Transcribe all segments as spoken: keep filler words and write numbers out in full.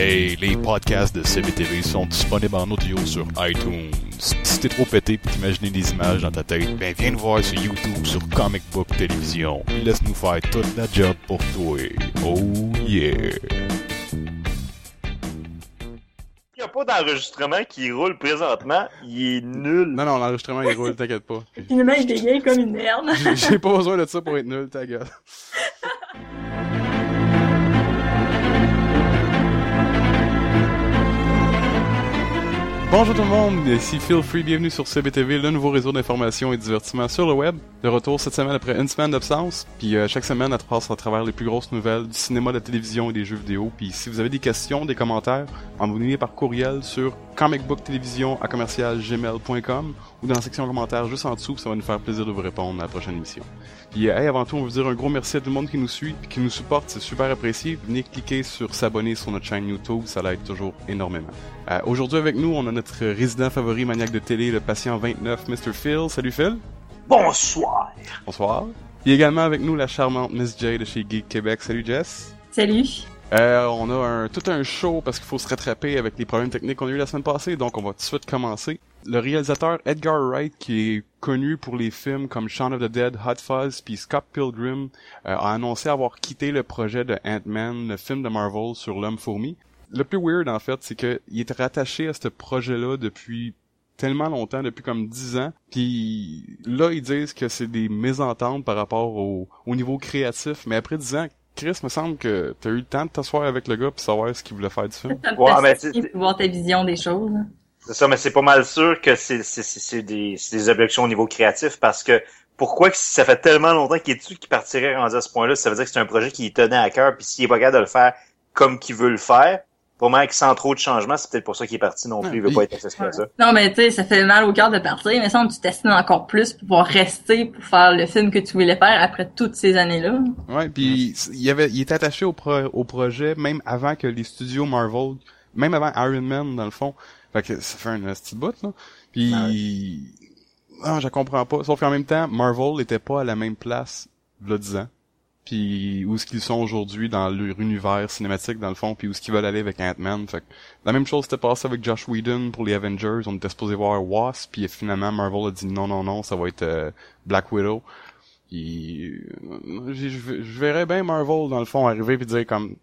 Hey, les podcasts de C B T V sont disponibles en audio sur iTunes. Si t'es trop pété pis t'imaginer des images dans ta tête, ben viens nous voir sur YouTube sur Comic Book Télévision. Laisse-nous faire toute la job pour toi. Oh yeah! Il n'y a pas d'enregistrement qui roule présentement, il est nul. Non, non, l'enregistrement il roule, t'inquiète pas. Finalement, il dégaine comme une merde. J'ai, j'ai pas besoin de ça pour être nul, ta gueule. Bonjour tout le monde, ici Feel Free, bienvenue sur C B T V, le nouveau réseau d'information et de divertissement sur le web. De retour cette semaine après une semaine d'absence, puis euh, chaque semaine, on passe à travers les plus grosses nouvelles du cinéma, de la télévision et des jeux vidéo. Puis si vous avez des questions, des commentaires, envoyez-les par courriel sur comicbooktélévision à commercial gmail point com ou dans la section commentaires juste en dessous, puis ça va nous faire plaisir de vous répondre à la prochaine émission. Puis hey, avant tout, on veut dire un gros merci à tout le monde qui nous suit et qui nous supporte, c'est super apprécié. Venez cliquer sur s'abonner sur notre chaîne YouTube, ça l'aide toujours énormément. Euh, aujourd'hui avec nous, on a notre résident favori maniaque de télé, le patient vingt-neuf, mister Phil. Salut Phil. Bonsoir. Bonsoir. Il y a également avec nous la charmante Miss J de chez Geek Québec. Salut Jess. Salut. Euh, on a un, tout un show parce qu'il faut se rattraper avec les problèmes techniques qu'on a eu la semaine passée, donc on va tout de suite commencer. Le réalisateur Edgar Wright, qui est connu pour les films comme Shaun of the Dead, Hot Fuzz, puis Scott Pilgrim, euh, a annoncé avoir quitté le projet de Ant-Man, le film de Marvel sur l'Homme-Fourmi. Le plus weird, en fait, c'est que il était rattaché à ce projet-là depuis tellement longtemps, depuis comme dix ans, puis là, ils disent que c'est des mésententes par rapport au, au niveau créatif, mais après dix ans, Chris, me semble que t'as eu le temps de t'asseoir avec le gars pis savoir ce qu'il voulait faire du film. Ouais, mais c'est, c'est... voir ta vision des choses. C'est ça, mais c'est pas mal sûr que c'est, c'est, c'est, c'est, des, c'est des objections au niveau créatif parce que pourquoi que ça fait tellement longtemps qu'il est dessus qu'il partirait rendu à ce point-là, ça veut dire que c'est un projet qui tenait à cœur puis s'il est pas capable de le faire comme qu'il veut le faire, probablement que sans trop de changements, c'est peut-être pour ça qu'il est parti non plus, il veut puis... pas être accessible à ça. Non, mais tu sais, ça fait mal au cœur de partir, mais semble que tu t'estimes encore plus pour pouvoir rester pour faire le film que tu voulais faire après toutes ces années-là. Ouais, puis il avait, il était attaché au, pro, au projet même avant que les studios Marvel, même avant Iron Man dans le fond. Fait que ça fait un petit bout là. Puis ah ouais. Non, je comprends pas. Sauf qu'en même temps, Marvel était pas à la même place v'là dix ans. Puis où est-ce qu'ils sont aujourd'hui dans leur univers cinématique dans le fond, puis où est-ce qu'ils veulent aller avec Ant-Man. Fait que la même chose s'était passé avec Josh Whedon pour les Avengers. On était supposé voir Wasp, puis finalement Marvel a dit non non non, ça va être euh, Black Widow. Puis euh, je, je verrais bien Marvel dans le fond arriver puis dire comme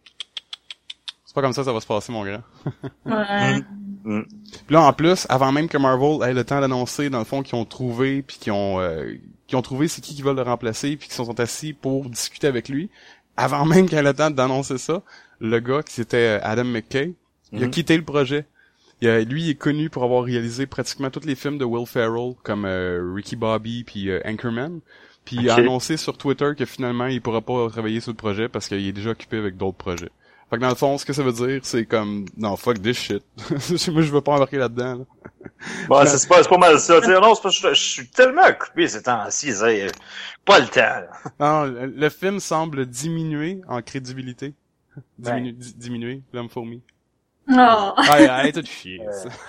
c'est pas comme ça que ça va se passer mon grand. Ouais. Mm. Puis là en plus, avant même que Marvel ait le temps d'annoncer dans le fond qu'ils ont trouvé puis qu'ils ont euh, qui ont trouvé c'est qui qui veulent le remplacer puis qui sont assis pour discuter avec lui. Avant même qu'il ait le temps d'annoncer ça, le gars qui c'était Adam McKay, il mm-hmm. a quitté le projet. Il a, lui il est connu pour avoir réalisé pratiquement tous les films de Will Ferrell comme euh, Ricky Bobby puis euh, Anchorman. Puis okay. Il a annoncé sur Twitter que finalement il pourra pas travailler sur le projet parce qu'il est déjà occupé avec d'autres projets. Fait que dans le fond, ce que ça veut dire, c'est comme non fuck this shit. Moi je veux pas embarquer là-dedans. Là. Bon, c'est, c'est pas c'est pas mal ça. T'sais, non, c'est pas, je, je suis tellement occupé ces temps-ci, c'est pas le temps. Là. Non, le, le film semble diminuer en crédibilité. Diminu- d- diminuer, l'homme fourmi. Oh. Ah, arrête de chier.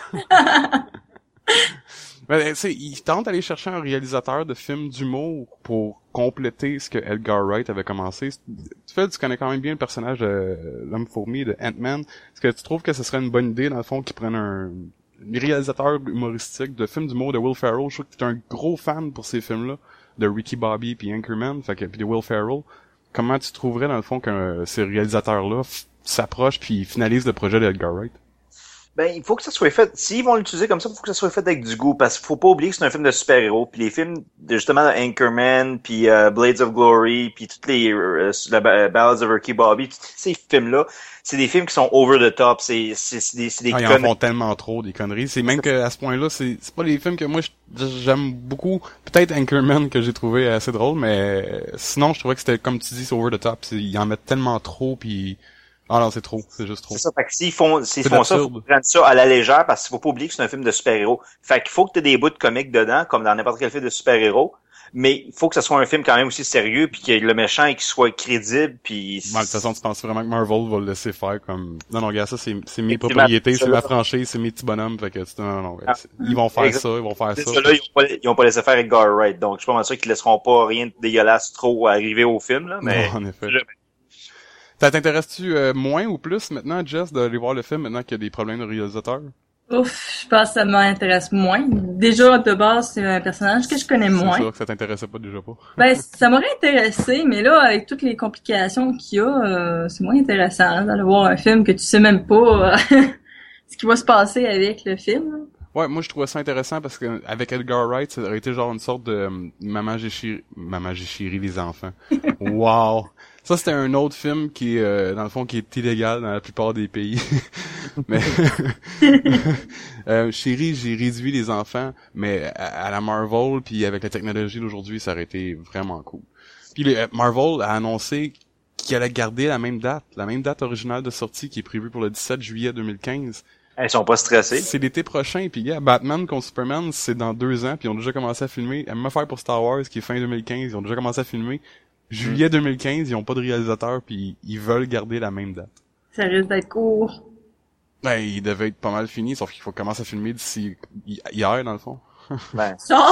Ça. Mais, tu sais, il tente d'aller chercher un réalisateur de films d'humour pour compléter ce que Edgar Wright avait commencé. Tu fais, tu connais quand même bien le personnage de l'homme fourmi, de Ant-Man. Est-ce que tu trouves que ce serait une bonne idée, dans le fond, qu'ils prennent un réalisateur humoristique de films d'humour de Will Ferrell? Je trouve que t'es un gros fan pour ces films-là, de Ricky Bobby puis Anchorman, fait que, puis de Will Ferrell. Comment tu trouverais, dans le fond, que euh, ces réalisateurs-là f- s'approchent puis finalisent le projet d'Edgar Wright? Ben, il faut que ça soit fait, s'ils vont l'utiliser comme ça, il faut que ça soit fait avec du goût, parce qu'il faut pas oublier que c'est un film de super-héros, puis les films, de, justement, de Anchorman, puis euh, Blades of Glory, puis toutes les, euh, la uh, Ballads of Ricky Bobby, tous ces films-là, c'est des films qui sont over the top, c'est, c'est, c'est des, c'est des ah, conneries. Ils en font tellement trop, des conneries. C'est même qu'à ce point-là, c'est, c'est pas les films que moi, j'aime beaucoup. Peut-être Anchorman que j'ai trouvé assez drôle, mais sinon, je trouvais que c'était, comme tu dis, c'est over the top. C'est, ils en mettent tellement trop, puis ah non, c'est trop, c'est juste trop. C'est ça, fait que s'ils font, s'ils font ça, faut qu'ils prennent ça à la légère, parce qu'il faut pas oublier que c'est un film de super-héros. Fait qu'il faut que t'aies des bouts de comiques dedans, comme dans n'importe quel film de super-héros, mais il faut que ça soit un film quand même aussi sérieux, puis que le méchant, qu'il soit crédible, puis... Bon, de toute façon, tu penses vraiment que Marvel va le laisser faire comme... Non, non, regarde, ça, c'est, c'est mes propriétés, c'est ma franchise, c'est mes petits bonhommes, fait que, non, non, non, ah, ils vont faire exact. ça, ils vont faire c'est ça. ça là, ils ont pas, ils ont pas laissé faire Edgar Wright, donc je suis pas mal sûr qu'ils laisseront pas rien de dégueulasse trop arriver au film, là, mais... Non, en effet. Jamais. Ça t'intéresse-tu euh, moins ou plus maintenant, Jess, d'aller voir le film maintenant qu'il y a des problèmes de réalisateur? Ouf, je pense que ça m'intéresse moins. Déjà, de base, c'est un personnage que je connais moins. C'est sûr que ça t'intéressait pas déjà pas. Ben, ça m'aurait intéressé, mais là, avec toutes les complications qu'il y a, euh, c'est moins intéressant d'aller voir un film que tu sais même pas euh, ce qui va se passer avec le film. Ouais, moi je trouvais ça intéressant parce que avec Edgar Wright, ça aurait été genre une sorte de euh, Maman j'ai chéri, Maman j'ai chéri les enfants. Wow. Ça c'était un autre film qui est euh, dans le fond qui est illégal dans la plupart des pays. Mais euh, Chérie, j'ai réduit les enfants, mais à, à la Marvel puis avec la technologie d'aujourd'hui, ça aurait été vraiment cool. Puis les, Marvel a annoncé qu'il allait garder la même date, la même date originale de sortie qui est prévue pour le dix-sept juillet deux mille quinze. Ils sont pas stressés. C'est l'été prochain, puis yeah, Batman contre Superman, c'est dans deux ans, puis ils ont déjà commencé à filmer. La même affaire pour Star Wars, qui est fin deux mille quinze, ils ont déjà commencé à filmer. Juillet mm. deux mille quinze, ils ont pas de réalisateur, puis ils veulent garder la même date. Ça risque d'être court. Ben, il devait être pas mal fini, sauf qu'il faut commencer à filmer d'ici hier, dans le fond. Ben. Ça!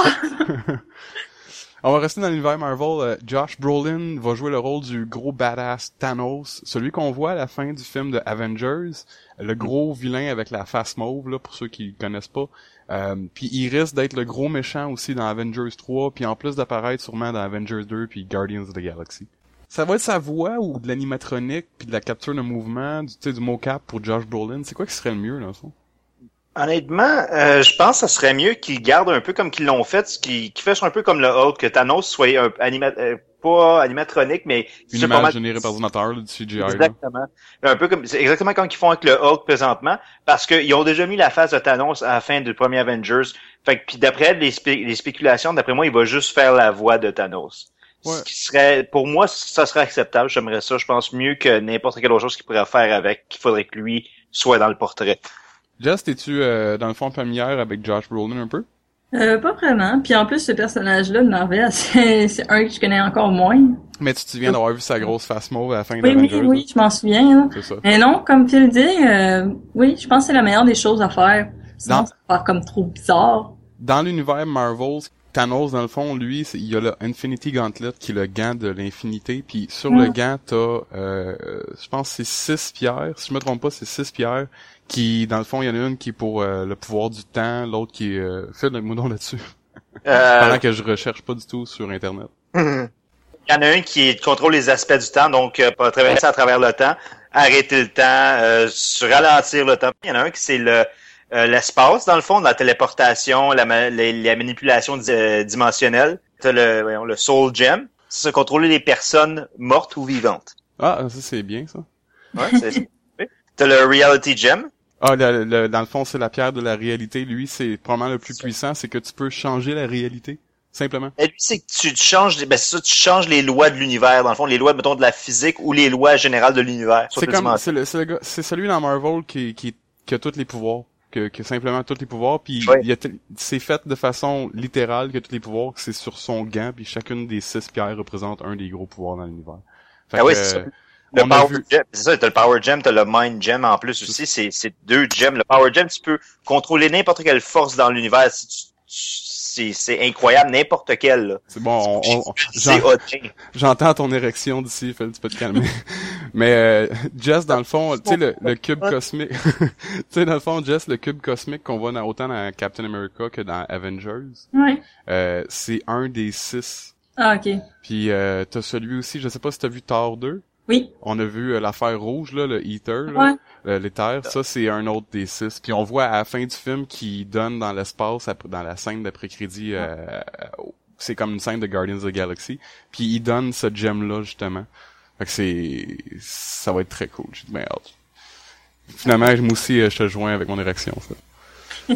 On va rester dans l'univers Marvel. Euh, Josh Brolin va jouer le rôle du gros badass Thanos, celui qu'on voit à la fin du film de Avengers, le gros vilain avec la face mauve, là, pour ceux qui le connaissent pas. Euh, puis il risque d'être le gros méchant aussi dans Avengers trois, puis en plus d'apparaître sûrement dans Avengers deux puis Guardians of the Galaxy. Ça va être sa voix ou de l'animatronique puis de la capture de mouvement, du, tu sais, du mocap pour Josh Brolin. C'est quoi qui serait le mieux, dans le fond? Honnêtement, euh, je pense que ça serait mieux qu'ils gardent un peu comme qu'ils l'ont fait, qu'ils qu'ils fassent un peu comme le Hulk, que Thanos soit un anima euh, pas animatronique, mais une image mal... générée par ordinateur, du C G I. Exactement. Là. Un peu comme c'est exactement comme ils font avec le Hulk présentement, parce qu'ils ont déjà mis la face de Thanos à la fin du premier Avengers. Fait que puis d'après les, spé les spéculations, d'après moi, il va juste faire la voix de Thanos. Ouais. Ce qui serait, pour moi, ça serait acceptable. J'aimerais ça. Je pense mieux que n'importe quelle autre chose qu'il pourrait faire avec, qu'il faudrait que lui soit dans le portrait. Jess, es-tu euh, dans le fond familière avec Josh Brolin un peu? Euh, pas vraiment. Puis en plus, ce personnage-là de Marvel, c'est, c'est un que je connais encore moins. Mais tu te souviens d'avoir vu sa grosse face mauve à la fin de oui, l'Avengers? Oui, oui, je m'en souviens. Là. C'est ça. Mais non, comme tu le dis, euh, oui, je pense que c'est la meilleure des choses à faire. Sinon, dans... ça va faire comme trop bizarre. Dans l'univers Marvel, Thanos, dans le fond, lui, c'est, il y a le Infinity Gauntlet qui est le gant de l'infinité. Puis sur mm. le gant, t'as, euh, je pense que c'est six pierres. Si je me trompe pas, c'est six pierres. Qui, dans le fond, il y en a une qui est pour euh, le pouvoir du temps, l'autre qui est... Euh, fais le moudon là-dessus. Euh... Pendant que je recherche pas du tout sur Internet. Il y en a un qui contrôle les aspects du temps, donc euh, pour traverser à travers le temps, arrêter le temps, euh, ralentir le temps. Il y en a un qui c'est le euh, l'espace, dans le fond, la téléportation, la, la, la manipulation di euh, dimensionnelle. T'as le, voyons, le Soul Gem, c'est contrôler les personnes mortes ou vivantes. Ah, ça c'est bien, ça. Ouais, c'est... T'as le Reality Gem. Ah, le, le, dans le fond, c'est la pierre de la réalité. Lui, c'est probablement le plus puissant, c'est que tu peux changer la réalité, simplement. Et lui, c'est que tu changes, ben c'est ça, tu changes les lois de l'univers, dans le fond, les lois, mettons, de la physique ou les lois générales de l'univers. C'est comme, c'est le, c'est le gars, c'est celui dans Marvel qui, qui, qui a tous les pouvoirs, que, que simplement tous les pouvoirs, puis ouais. il y a c'est fait de façon littérale que tous les pouvoirs, que c'est sur son gant, puis chacune des six pierres représente un des gros pouvoirs dans l'univers. Fait ah que, oui, c'est ça. Le on Power vu... Gem, c'est ça, t'as le Power Gem, t'as le Mind Gem en plus aussi, c'est, c'est deux gems. Le Power Gem, tu peux contrôler n'importe quelle force dans l'univers, si tu, c'est, c'est incroyable, n'importe quelle, là. C'est bon, on, on, j'en, j'entends ton érection d'ici, Phil, tu peux te calmer. Mais, euh, Jess, dans le fond, tu sais, le, le cube cosmique, tu sais, dans le fond, Jess, le cube cosmique qu'on voit dans, autant dans Captain America que dans Avengers, ouais. euh, c'est un des six. Ah, ok. Puis, euh, t'as celui aussi, je sais pas si t'as vu Thor deux. Oui. On a vu euh, l'affaire rouge, là, le Ether, là, ouais. euh, l'éther. Ça, c'est un autre des six. Puis on voit à la fin du film qu'il donne dans l'espace, dans la scène d'après-crédit, euh, euh, c'est comme une scène de Guardians of the Galaxy. Puis il donne ce gem-là, justement. Fait que c'est... ça va être très cool. J'ai bien hâte. Finalement, moi aussi, je te joins avec mon érection, ça.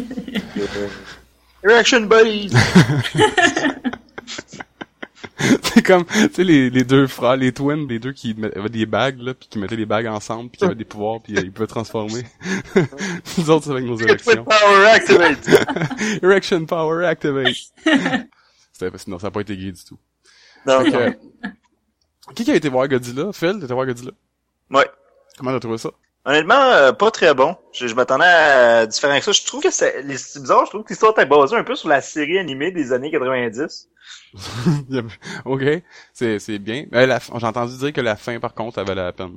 Erection buddies! C'est comme, tu sais, les, les deux frères, les twins, les deux qui avaient des bagues, là, pis qui mettaient les bagues ensemble, pis qui avaient des pouvoirs, pis euh, ils pouvaient transformer. Nous autres, c'est avec nos érections. Power activate! Erection power activate! C'était, non, ça n'a pas été gay du tout. Non. Donc, euh, qui qui a été voir Godzilla? Phil, t'as été voir Godzilla? Ouais. Comment t'as trouvé ça? Honnêtement, euh, pas très bon. Je, je m'attendais à différent que ça. Je trouve que c'est, c'est bizarre, je trouve que l'histoire est basée un peu sur la série animée des années quatre-vingt-dix. Ok, c'est c'est bien. Mais la, j'ai entendu dire que la fin, par contre, avait la peine.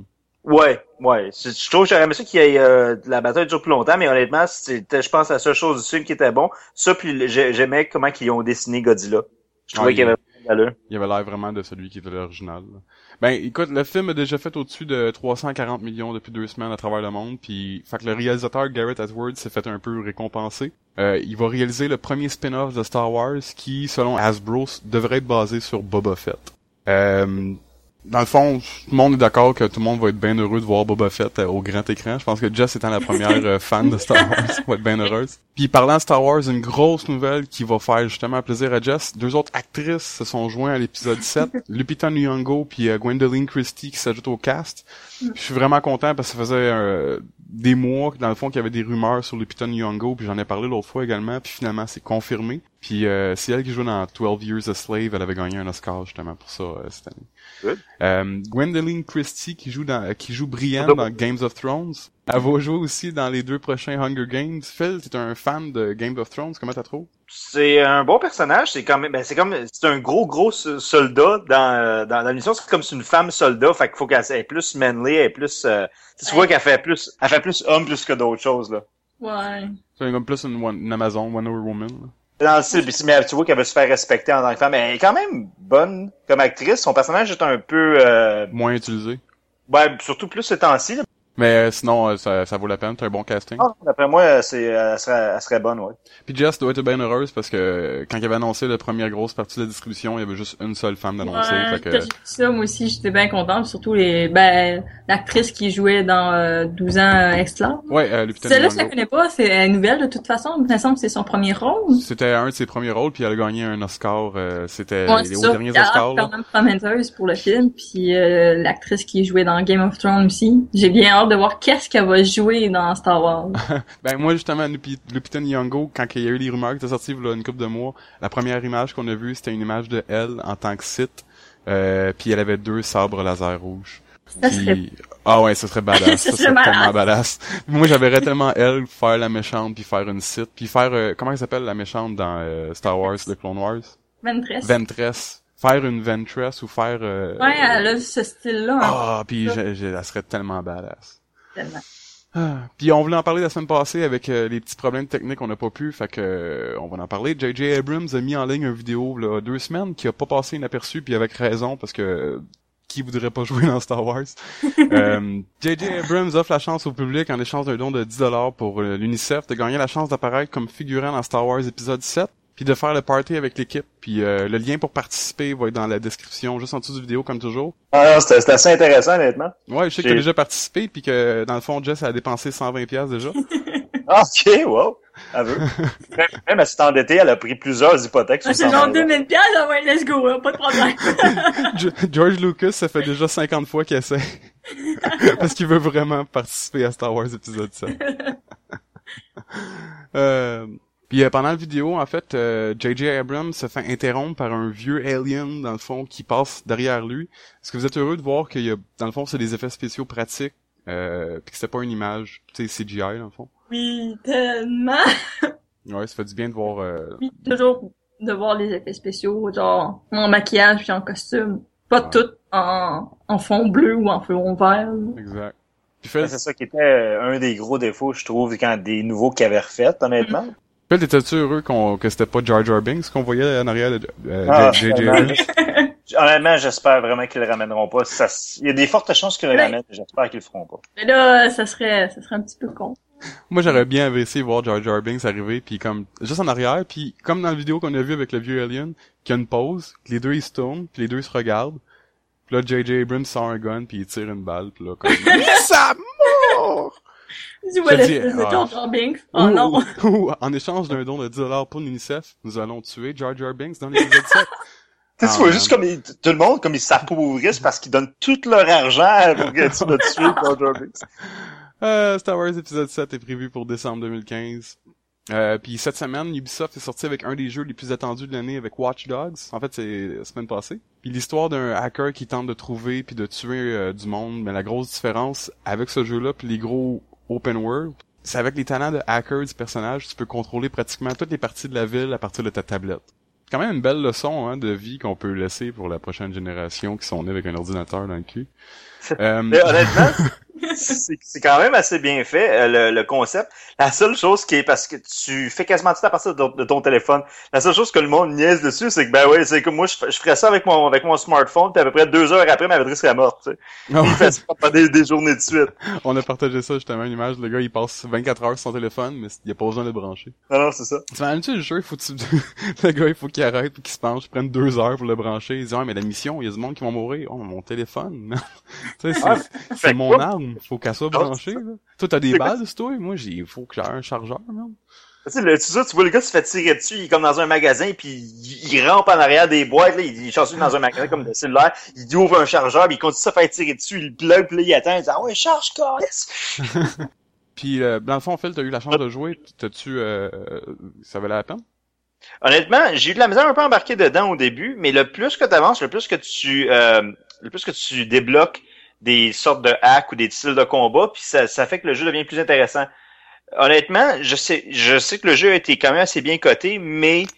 Ouais, ouais. Je, je trouve que j'aurais aimé ça qu'il y ait euh, la bataille dure plus longtemps, mais honnêtement, c'était, je pense, la seule chose du film qui était bon. Ça, puis j'aimais comment ils ont dessiné Godzilla. Je trouvais Ah, qu'il y avait l'allure. Il avait l'air vraiment de celui qui était l'original. Là. Ben, écoute, le film a déjà fait au-dessus de trois cent quarante millions depuis deux semaines à travers le monde, puis fait que le réalisateur Gareth Edwards s'est fait un peu récompenser. Euh, il va réaliser le premier spin-off de Star Wars qui, selon Hasbro, devrait être basé sur Boba Fett. Euh, dans le fond, tout le monde est d'accord que tout le monde va être bien heureux de voir Boba Fett euh, au grand écran. Je pense que Jess étant la première euh, fan de Star Wars va être bien heureuse. Puis parlant de Star Wars, une grosse nouvelle qui va faire justement plaisir à Jess. Deux autres actrices se sont joints à l'épisode sept. Lupita Nyong'o puis euh, Gwendolyn Christie qui s'ajoutent au cast. Puis je suis vraiment content parce que ça faisait euh, des mois dans le fond qu'il y avait des rumeurs sur Lupita Nyong'o, puis j'en ai parlé l'autre fois également, puis finalement c'est confirmé. Puis euh, c'est elle qui joue dans twelve Years a Slave, elle avait gagné un Oscar justement pour ça euh, cette année. Good. Euh, Gwendolyn Christie qui joue dans qui joue Brienne dans Games of Thrones. Elle va jouer aussi dans les deux prochains Hunger Games. Phil, t'es un fan de Game of Thrones, comment t'as trouvé? C'est un bon personnage, c'est comme ben c'est comme c'est un gros gros soldat dans dans, dans l'émission, c'est comme c'est une femme soldat, fait qu'il faut qu'elle soit plus manly, elle est plus euh, tu vois qu'elle fait plus elle fait plus homme plus que d'autres choses là. Ouais. C'est comme plus une, une Amazon, Wonder Woman. Là. Dans le style, mais tu vois qu'elle veut se faire respecter en tant que femme, mais elle est quand même bonne comme actrice, son personnage est un peu euh, moins utilisé. Ouais, surtout plus ce temps-ci. Là. Mais euh, sinon, euh, ça, ça vaut la peine, c'est un bon casting. Ah, d'après moi, c'est, elle serait, elle serait bonne, ouais. Puis Jess doit être bien heureuse parce que quand il avait annoncé la première grosse partie de la distribution, il y avait juste une seule femme d'annoncer. Ouais, fait que... quand j'ai vu ça, moi aussi, j'étais bien contente. Surtout les, ben, l'actrice qui jouait dans euh, douze ans Esclave. Ouais, euh, Lupita Celle-là, je Nyong'o. la connais pas, c'est nouvelle de toute façon. Il me semble que c'est son premier rôle. C'était un de ses premiers rôles, puis elle a gagné un Oscar. Euh, c'était Ouais, les c'est aux ça. derniers Elle a Oscars. l'air Là. quand même prometteuse pour le film. Puis euh, l'actrice qui jouait dans Game of Thrones aussi. J'ai bien hâte de voir qu'est-ce qu'elle va jouer dans Star Wars. Ben moi justement, Lupi- Lupita Nyong'o, quand il y a eu les rumeurs qui étaient sorties il y a une couple de mois, la première image qu'on a vue, c'était une image de elle en tant que Sith, euh, puis elle avait deux sabres laser rouges. Ça Puis... serait... Ah ouais, ça serait badass. Ça ça serait serait malade. tellement badass. Moi, j'aimerais tellement elle faire la méchante, puis faire une Sith, puis faire... Euh, comment elle s'appelle la méchante dans euh, Star Wars, The Clone Wars? Ventress. Ventress. Faire une Ventress ou faire... Euh... Ouais, elle a ce style-là. Ah, puis Ça. j'ai- j'ai- elle serait tellement badass. Tellement. Ah. Puis on voulait en parler la semaine passée avec euh, les petits problèmes techniques, on n'a pas pu, fait que euh, on va en parler. J J Abrams a mis en ligne une vidéo là deux semaines qui a pas passé inaperçu, puis avec raison parce que euh, qui voudrait pas jouer dans Star Wars. euh, J J Abrams offre la chance au public en échange d'un don de dix dollars pour euh, l'UNICEF de gagner la chance d'apparaître comme figurant dans Star Wars épisode sept. Puis de faire le party avec l'équipe. Puis euh, le lien pour participer va être dans la description, juste en dessous du vidéo comme toujours. Ah non, c'était, c'était assez intéressant, honnêtement. Ouais, je sais que J'ai- t'as déjà participé, puis que dans le fond, Jess a dépensé cent vingt piastres déjà. Ah, ok, wow. Elle veut. Même, même elle s'est endettée, elle a pris plusieurs hypothèques Ah, sur c'est cent genre vingt. deux mille piastres, ah ouais, let's go, hein, pas de problème. Ge- George Lucas, ça fait déjà cinquante fois qu'il essaie. Parce qu'il veut vraiment participer à Star Wars épisode sept. euh... Puis euh, pendant la vidéo, en fait, euh, J J Abrams se fait interrompre par un vieux alien, dans le fond, qui passe derrière lui. Est-ce que vous êtes heureux de voir qu'il y a, dans le fond, c'est des effets spéciaux pratiques, euh, puis que c'est pas une image, tu sais, C G I, dans le fond? Oui, tellement. Ouais, ça fait du bien de voir... Euh... Oui, toujours de voir les effets spéciaux, genre en maquillage puis en costume. Pas Ouais. tout en, en fond bleu ou en fond vert. Exact. Puis Ouais, Phil, c'est ça qui était euh, un des gros défauts, je trouve, quand des nouveaux qu'ils avaient refait, honnêtement. Phil, t'étais-tu heureux qu'on, que c'était pas Jar Jar Binks qu'on voyait en arrière de euh, Ah, J J vraiment. Abrams? Honnêtement, j'espère vraiment qu'ils le ramèneront pas. Ça, il y a des fortes chances qu'ils le Ouais. ramènent, mais j'espère qu'ils le feront pas. Mais là, ça serait, ça serait un petit peu con. Moi, j'aurais bien essayé de voir Jar Jar Binks arriver, puis comme juste en arrière, puis comme dans la vidéo qu'on a vue avec le vieux alien, qu'il y a une pause, que les deux ils se tournent, puis les deux ils se regardent, puis là J J Abrams sort un gun, puis il tire une balle, puis là comme ça mort. Tu vois Je dis, l'espèce de ah. Jar Jar Binks. Oh Ou- non. ou- ou, en échange d'un don de dix dollars pour l'UNICEF, nous allons tuer Jar Jar Binks dans l'épisode sept. Tu sais, Ah, tu vois man. juste comme ils- tout le monde, comme ils s'appauvrissent parce qu'ils donnent tout leur argent pour que tu le tues, Jar Jar Binks. Euh, Star Wars épisode sept est prévu pour décembre deux mille quinze. Euh, puis cette semaine, Ubisoft est sorti avec un des jeux les plus attendus de l'année avec Watch Dogs. En fait, c'est la semaine passée. Puis l'histoire d'un hacker qui tente de trouver puis de tuer euh, du monde. Mais la grosse différence avec ce jeu-là puis les gros open world, c'est avec les talents de hacker du personnage, tu peux contrôler pratiquement toutes les parties de la ville à partir de ta tablette. quand même une belle leçon hein, de vie qu'on peut laisser pour la prochaine génération qui sont nés avec un ordinateur dans le cul. Euh... Mais honnêtement, c'est, c'est quand même assez bien fait, euh, le, le concept. La seule chose qui est, parce que tu fais quasiment tout à partir de ton, de ton téléphone, la seule chose que le monde niaise dessus, c'est que, ben ouais, c'est comme moi, je, je ferais ça avec mon avec mon smartphone, puis à peu près deux heures après, ma batterie serait morte, tu sais. Oh. Il fait ça pendant des, des journées de suite. On a partagé ça, justement, une image, le gars, il passe vingt-quatre heures sur son téléphone, mais il a pas besoin de le brancher. Non, non, c'est ça. Tu imagines-tu le jeu, il faut que tu... le gars, il faut qu'il arrête, puis qu'il se penche, prenne deux heures pour le brancher, il dit, ouais, mais la mission, il y a du monde qui vont mourir. Oh, mon téléphone, tu sais, c'est, ah, c'est mon quoi? Arme, faut qu'elle soit branchée, là. Toi, t'as des c'est balles, toi? Moi, j'ai, il faut que j'ai un chargeur, même. Tu sais, le, tu sais, tu vois le gars se fait tirer dessus, il est comme dans un magasin, puis il, il rampe en arrière des boîtes, là, il est chanceux dans un magasin comme de cellulaire, il ouvre un chargeur, puis il continue à se faire tirer dessus, il plug, puis là, il attend, il dit, ah ouais, charge, câlisse! Puis, euh, dans le fond, Phil, t'as eu la chance de jouer, t'as-tu, euh, ça valait la peine? Honnêtement, j'ai eu de la misère un peu embarquer dedans au début, mais le plus que t'avances, le plus que tu, euh, le plus que tu débloques des sortes de hacks ou des styles de combat, puis ça, ça fait que le jeu devient plus intéressant. Honnêtement, je sais, je sais que le jeu a été quand même assez bien coté, mais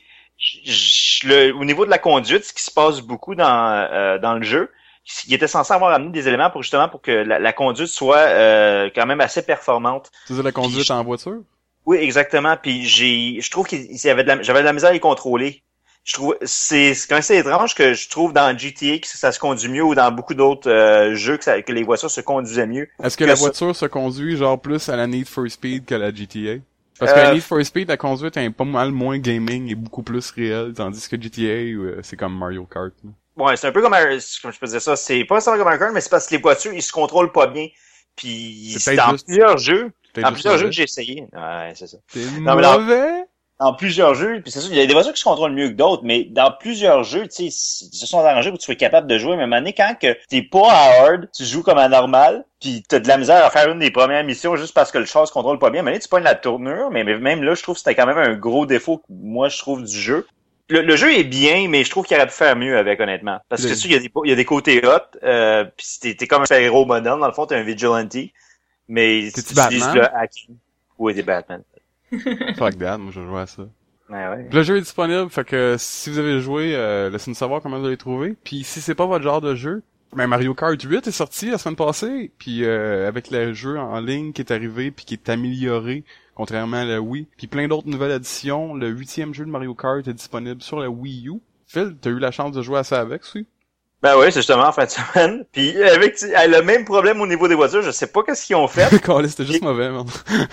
je, le, au niveau de la conduite, ce qui se passe beaucoup dans euh, dans le jeu, il était censé avoir amené des éléments pour justement pour que la, la conduite soit euh, quand même assez performante. Tu veux dire la conduite puis, en voiture? Oui, exactement. Puis j'ai, je trouve qu'il y avait de la, j'avais de la misère à y contrôler. Je trouve, c'est, c'est quand même assez étrange que je trouve dans G T A que ça se conduit mieux ou dans beaucoup d'autres euh, jeux que, ça, que les voitures se conduisaient mieux. Est-ce que, que la ça... voiture se conduit genre plus à la Need for Speed que la G T A? Parce que euh... la Need for Speed, la conduite est pas mal moins gaming et beaucoup plus réelle, tandis que G T A, euh, c'est comme Mario Kart. Là. Ouais, c'est un peu comme, comme je peux dire ça, c'est pas nécessairement comme Mario Kart, mais c'est parce que les voitures, ils se contrôlent pas bien. Puis c'est dans juste... plusieurs jeux, dans plusieurs mauvais. jeux que j'ai essayé. Ouais, c'est ça. T'es non, mauvais? Dans plusieurs jeux, puis c'est sûr, il y a des voitures qui se contrôlent mieux que d'autres, mais dans plusieurs jeux, tu sais, ils se sont arrangés pour que tu sois capable de jouer. Mais à un moment donné, quand que t'es pas à hard, tu joues comme à normal, puis t'as de la misère à faire une des premières missions juste parce que le char se contrôle pas bien. À un moment donné, tu pognes la tournure, mais même là, je trouve que c'était quand même un gros défaut, moi, je trouve, du jeu. Le, le jeu est bien, mais je trouve qu'il aurait pu faire mieux avec, honnêtement. Parce que, sûr, il y a des, il y a des côtés hot, euh, pis t'es, t'es comme un héros moderne, dans le fond, t'es un vigilante, mais tu utilises le hacking. Oui, t'es Batman. Fuck that, moi, je joue à ça. Ouais, ouais. Le jeu est disponible, fait que si vous avez joué, euh, laissez-nous savoir comment vous l'avez trouvé. Puis si c'est pas votre genre de jeu, ben Mario Kart huit est sorti la semaine passée, puis euh, avec le jeu en ligne qui est arrivé puis qui est amélioré, contrairement à la Wii, puis plein d'autres nouvelles additions, le huitième jeu de Mario Kart est disponible sur la Wii U. Phil, t'as eu la chance de jouer à ça avec, aussi? Ben oui, c'est justement en fin de semaine. Puis avec le même problème au niveau des voitures, je sais pas qu'est-ce qu'ils ont fait. C'était juste mauvais, man.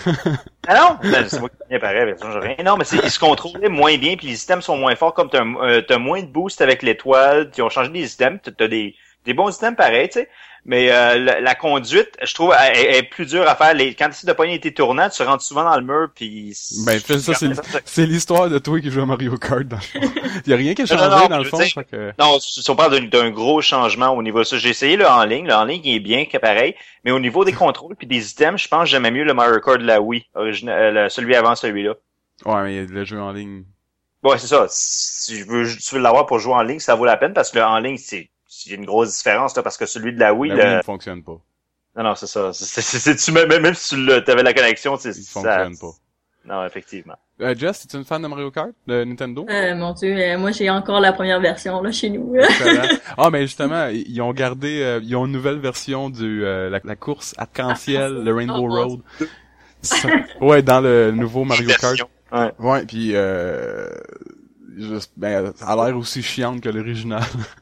Ah non, ben, c'est moi qui viens pareil, j'ai rien. Non, mais c'est, ils se contrôlaient moins bien, puis les systèmes sont moins forts, comme t'as, euh, t'as moins de boost avec l'étoile, ils ont changé des systèmes, t'as, t'as des, des bons systèmes pareils, tu sais. Mais euh, la, la conduite, je trouve, elle, elle est plus dure à faire. Les, quand tu essaies de pogner tes tournants, tu rentres souvent dans le mur, puis... Ben, fais ça, c'est, c'est l'histoire de toi qui joue à Mario Kart, dans le fond. Il y a rien qui a changé, non, non, dans le fond. Dire, que... Non, si on parle d'un, d'un gros changement au niveau de ça. J'ai essayé le en ligne. Le en ligne, il est bien, que pareil. Mais au niveau des contrôles puis des items, je pense que j'aimais mieux le Mario Kart de la Wii. Original, euh, celui avant celui-là. Ouais, mais il y a le jeu en ligne. Ouais, c'est ça. Si je veux, tu veux l'avoir pour jouer en ligne, ça vaut la peine, parce que le en ligne, c'est... Il y a une grosse différence, là, parce que celui de la Wii... La le... Wii ne fonctionne pas. Non, non, c'est ça. C'est, c'est, c'est, tu, même, même si tu avais la connexion, c'est, il ça... fonctionne pas. Non, effectivement. Euh, Jess, es-tu une fan de Mario Kart, de Nintendo? Euh, mon Dieu, euh, moi j'ai encore la première version, là, chez nous. Ah, mais justement, ils ont gardé... Euh, ils ont une nouvelle version du euh, la, la course arc-en-ciel, le Rainbow Road. Ça, ouais, dans le nouveau Mario Kart. Ouais. Ouais, puis euh... Juste, ben, ça a l'air aussi chiante que l'original.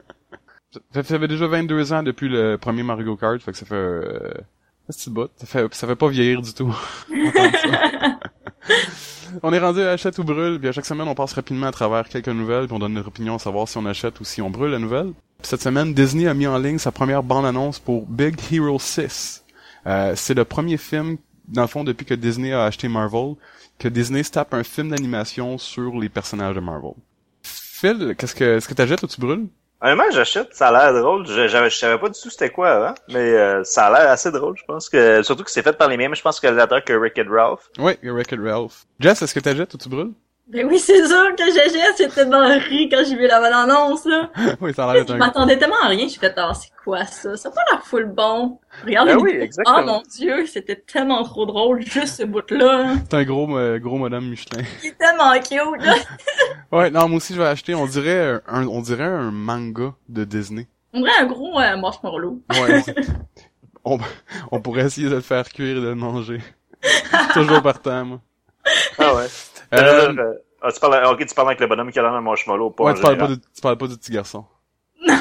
Ça fait déjà vingt-deux ans depuis le premier Mario Kart, fait que ça fait... Euh, c'est bout. Ça fait, ça fait pas vieillir du tout. On est rendu à Achète ou Brûle, puis à chaque semaine, on passe rapidement à travers quelques nouvelles, puis on donne notre opinion à savoir si on achète ou si on brûle la nouvelle. Puis cette semaine, Disney a mis en ligne sa première bande-annonce pour Big Hero six. Euh, c'est le premier film, dans le fond, depuis que Disney a acheté Marvel, que Disney se tape un film d'animation sur les personnages de Marvel. Phil, qu'est-ce que, est-ce que t'achètes ou tu brûles? Honnêtement, j'achète, ça a l'air drôle. Je, j'avais, je savais pas du tout c'était quoi avant, mais euh, ça a l'air assez drôle, je pense que, surtout que c'est fait par les mêmes, je pense, réalisateurs que Wreck-It Ralph. Oui, Wreck-It Ralph. Jess, est-ce que t'achètes ou tu brûles? Ben oui, c'est sûr que G G, c'était dans le riz quand j'ai vu la bande-annonce, là. Oui, ça a l'air d'être Je un... m'attendais tellement à rien, j'ai fait, ah, c'est quoi ça? Ça a pas l'air full bon. Regarde Ben les oui, vidéos. exactement. Oh mon dieu, c'était tellement trop drôle, juste ce bout-là. Hein. C'est un gros, euh, gros Madame Michelin. Il est tellement cute, là. Ouais, non, moi aussi, je vais acheter, on dirait un, on dirait un manga de Disney. On dirait un gros euh, marshmallow. Ouais. on, on pourrait essayer de le faire cuire et de le manger. Toujours partant, moi. Ah ouais. Euh, Euh, ah, tu parles, ok, tu parles avec le bonhomme qui a l'air d'un marshmallow, pas ouais, en tu parles pas, général. de, tu parles pas du petit garçon. Non!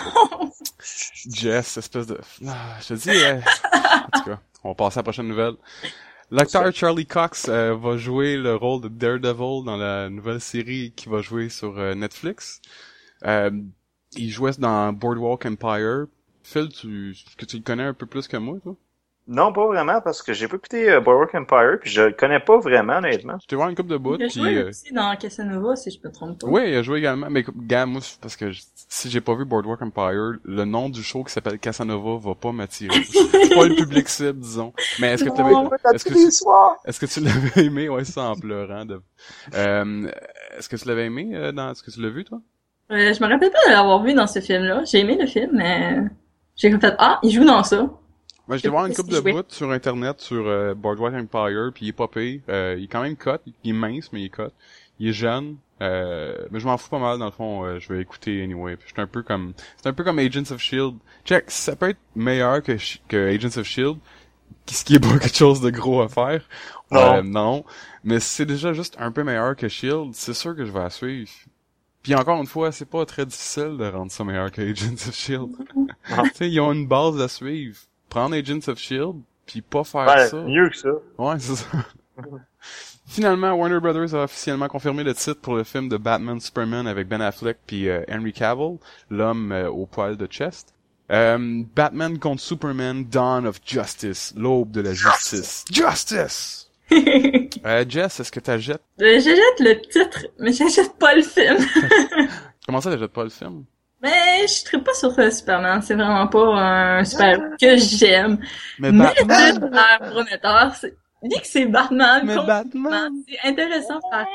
Jess, espèce de... Ah, je te dis, euh... en tout cas, on va passer à la prochaine nouvelle. L'acteur Charlie Cox euh, va jouer le rôle de Daredevil dans la nouvelle série qui va jouer sur euh, Netflix. Euh, il jouait dans Boardwalk Empire. Phil, tu, est-ce que tu le connais un peu plus que moi, toi? Non, pas vraiment, parce que j'ai pas écouté euh, Boardwalk Empire, puis je le connais pas vraiment, honnêtement. Je t'ai voir une couple de bouts, Il a puis... joué euh, aussi dans Casanova, si je me trompe pas. Oui, il a joué également, mais gars, moi, c'est parce que je- si j'ai pas vu Boardwalk Empire, le nom du show qui s'appelle Casanova va pas m'attirer. C'est pas le public cible, disons. Mais est-ce que tu Non, l'avais, est-ce que tous les tu, soirs. est-ce que tu l'avais aimé, ouais, ça en pleurant de, euh, est-ce que tu l'avais aimé, euh, dans, est-ce que tu l'as vu, toi? Euh, je me rappelle pas de l'avoir vu dans ce film-là. J'ai aimé le film, mais j'ai fait, ah, il joue dans ça. Moi, j'ai voir une couple de Qu'est-ce qu'il bouts sur internet sur euh, Boardwalk Empire, puis il est pas pire. Euh, il est quand même cut, il est mince, mais il est cut. Il est jeune, euh, mais je m'en fous pas mal dans le fond. Euh, je vais écouter anyway. Puis je suis un peu comme, c'est un peu comme Agents of Shield. Check, ça peut être meilleur que Sh- que Agents of Shield, ce qui est pas quelque chose de gros à faire. Non. Euh, non, mais si c'est déjà juste un peu meilleur que Shield, c'est sûr que je vais la suivre. Puis encore une fois, c'est pas très difficile de rendre ça meilleur que Agents of Shield. Tu sais, ils ont une base à suivre. Prendre Agents of Shield, puis pas faire Ouais, ça. mieux que ça. Ouais, c'est ça. Finalement, Warner Brothers a officiellement confirmé le titre pour le film de Batman Superman avec Ben Affleck puis euh, Henry Cavill, l'homme euh, au poil de chest. Euh, Batman contre Superman, Dawn of Justice, l'aube de la justice. Justice! euh, Jess, est-ce que t'achètes... Euh, J'achète le titre, mais j'achète pas le film. Comment ça, t'achètes pas le film? Mais je serais pas sur euh, Superman, c'est vraiment pas un super que j'aime. Mais Mais le Batman... titre a l'air prometteur, c'est... Dit que c'est Batman Mais contre Batman... Batman, c'est intéressant par...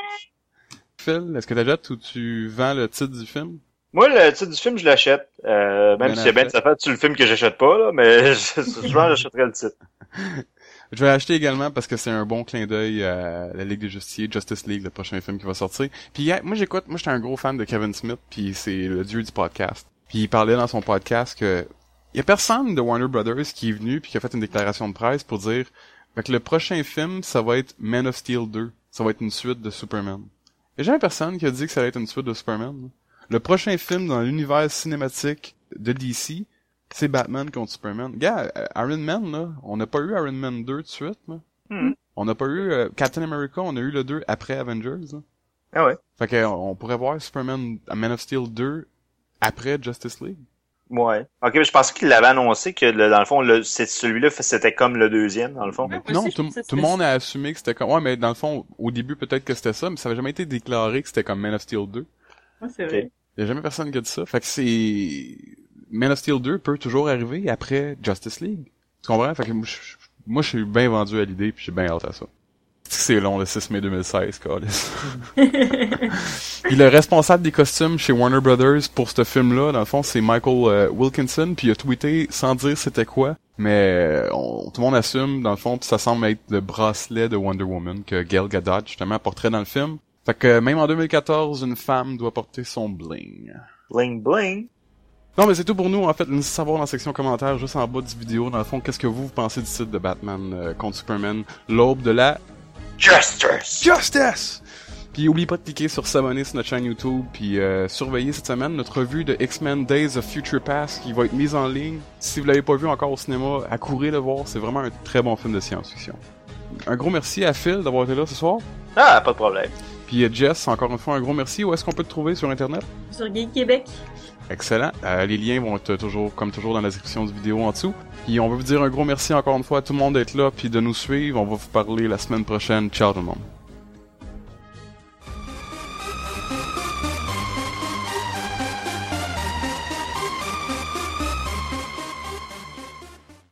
Phil, est-ce que t'achètes ou tu vends le titre du film? Moi, le titre du film, je l'achète. Euh, même Ben s'il y a bien Affleck. de fait sur le film que j'achète pas, là, mais je, souvent, j'achèterais le titre. Je vais l'acheter également parce que c'est un bon clin d'œil à la Ligue des Justiciers, Justice League, le prochain film qui va sortir. Puis yeah, moi j'écoute, moi j'étais un gros fan de Kevin Smith, puis c'est le dieu du podcast. Puis il parlait dans son podcast que y a personne de Warner Brothers qui est venu puis qui a fait une déclaration de presse pour dire fait que le prochain film, ça va être Man of Steel deux. Ça va être une suite de Superman. Y a jamais personne qui a dit que ça allait être une suite de Superman. Là. Le prochain film dans l'univers cinématique de D C, c'est Batman contre Superman. Gars, euh, Iron Man, là, on n'a pas eu Iron Man deux tout de suite, là. Hmm. On n'a pas eu euh, Captain America, on a eu le deux après Avengers, là. Ah ouais. Fait que, euh, on pourrait voir Superman, Man of Steel deux après Justice League. Ouais. Ok, mais je pensais qu'il l'avait annoncé que, le- dans le fond, le, c'est, celui-là, c'était comme le deuxième, dans le fond. Ouais. Moi Non, aussi, je tout, pensais que tout le c'était monde a assumé que c'était comme... Ouais, mais dans le fond, au début, peut-être que c'était ça, mais ça avait jamais été déclaré que c'était comme Man of Steel deux. Ouais, c'est vrai. Il y a jamais personne qui a dit ça. Fait que c'est... Man of Steel deux peut toujours arriver après Justice League. Tu comprends? Fait que moi, je, moi, je suis bien vendu à l'idée puis j'ai bien hâte à ça. C'est long, le six mai deux mille seize, câlisse. Puis le responsable des costumes chez Warner Brothers pour ce film-là, dans le fond, c'est Michael euh, Wilkinson, puis il a tweeté sans dire c'était quoi, mais on- tout le monde assume, dans le fond, puis ça semble être le bracelet de Wonder Woman que Gal Gadot, justement, porterait dans le film. Fait que même en deux mille quatorze, une femme doit porter son bling. Bling bling. Non, mais c'est tout pour nous. En fait, laissez savoir dans la section commentaires, juste en bas du vidéo, dans le fond, qu'est-ce que vous, vous pensez du titre de Batman euh, contre Superman, l'aube de la Justice! Justice! Puis oubliez pas de cliquer sur s'abonner sur notre chaîne YouTube, puis euh, surveiller cette semaine notre revue de X-Men Days of Future Past qui va être mise en ligne. Si vous l'avez pas vu encore au cinéma, accourez le voir, c'est vraiment un très bon film de science-fiction. Un gros merci à Phil d'avoir été là ce soir. Ah, pas de problème. Puis euh, Jess, encore une fois, un gros merci. Où est-ce qu'on peut te trouver sur Internet? Sur Gay Québec. Excellent. Euh, les liens vont être toujours, comme toujours, dans la description du vidéo en dessous. Puis on veut vous dire un gros merci encore une fois à tout le monde d'être là, puis de nous suivre. On va vous parler la semaine prochaine. Ciao tout le monde.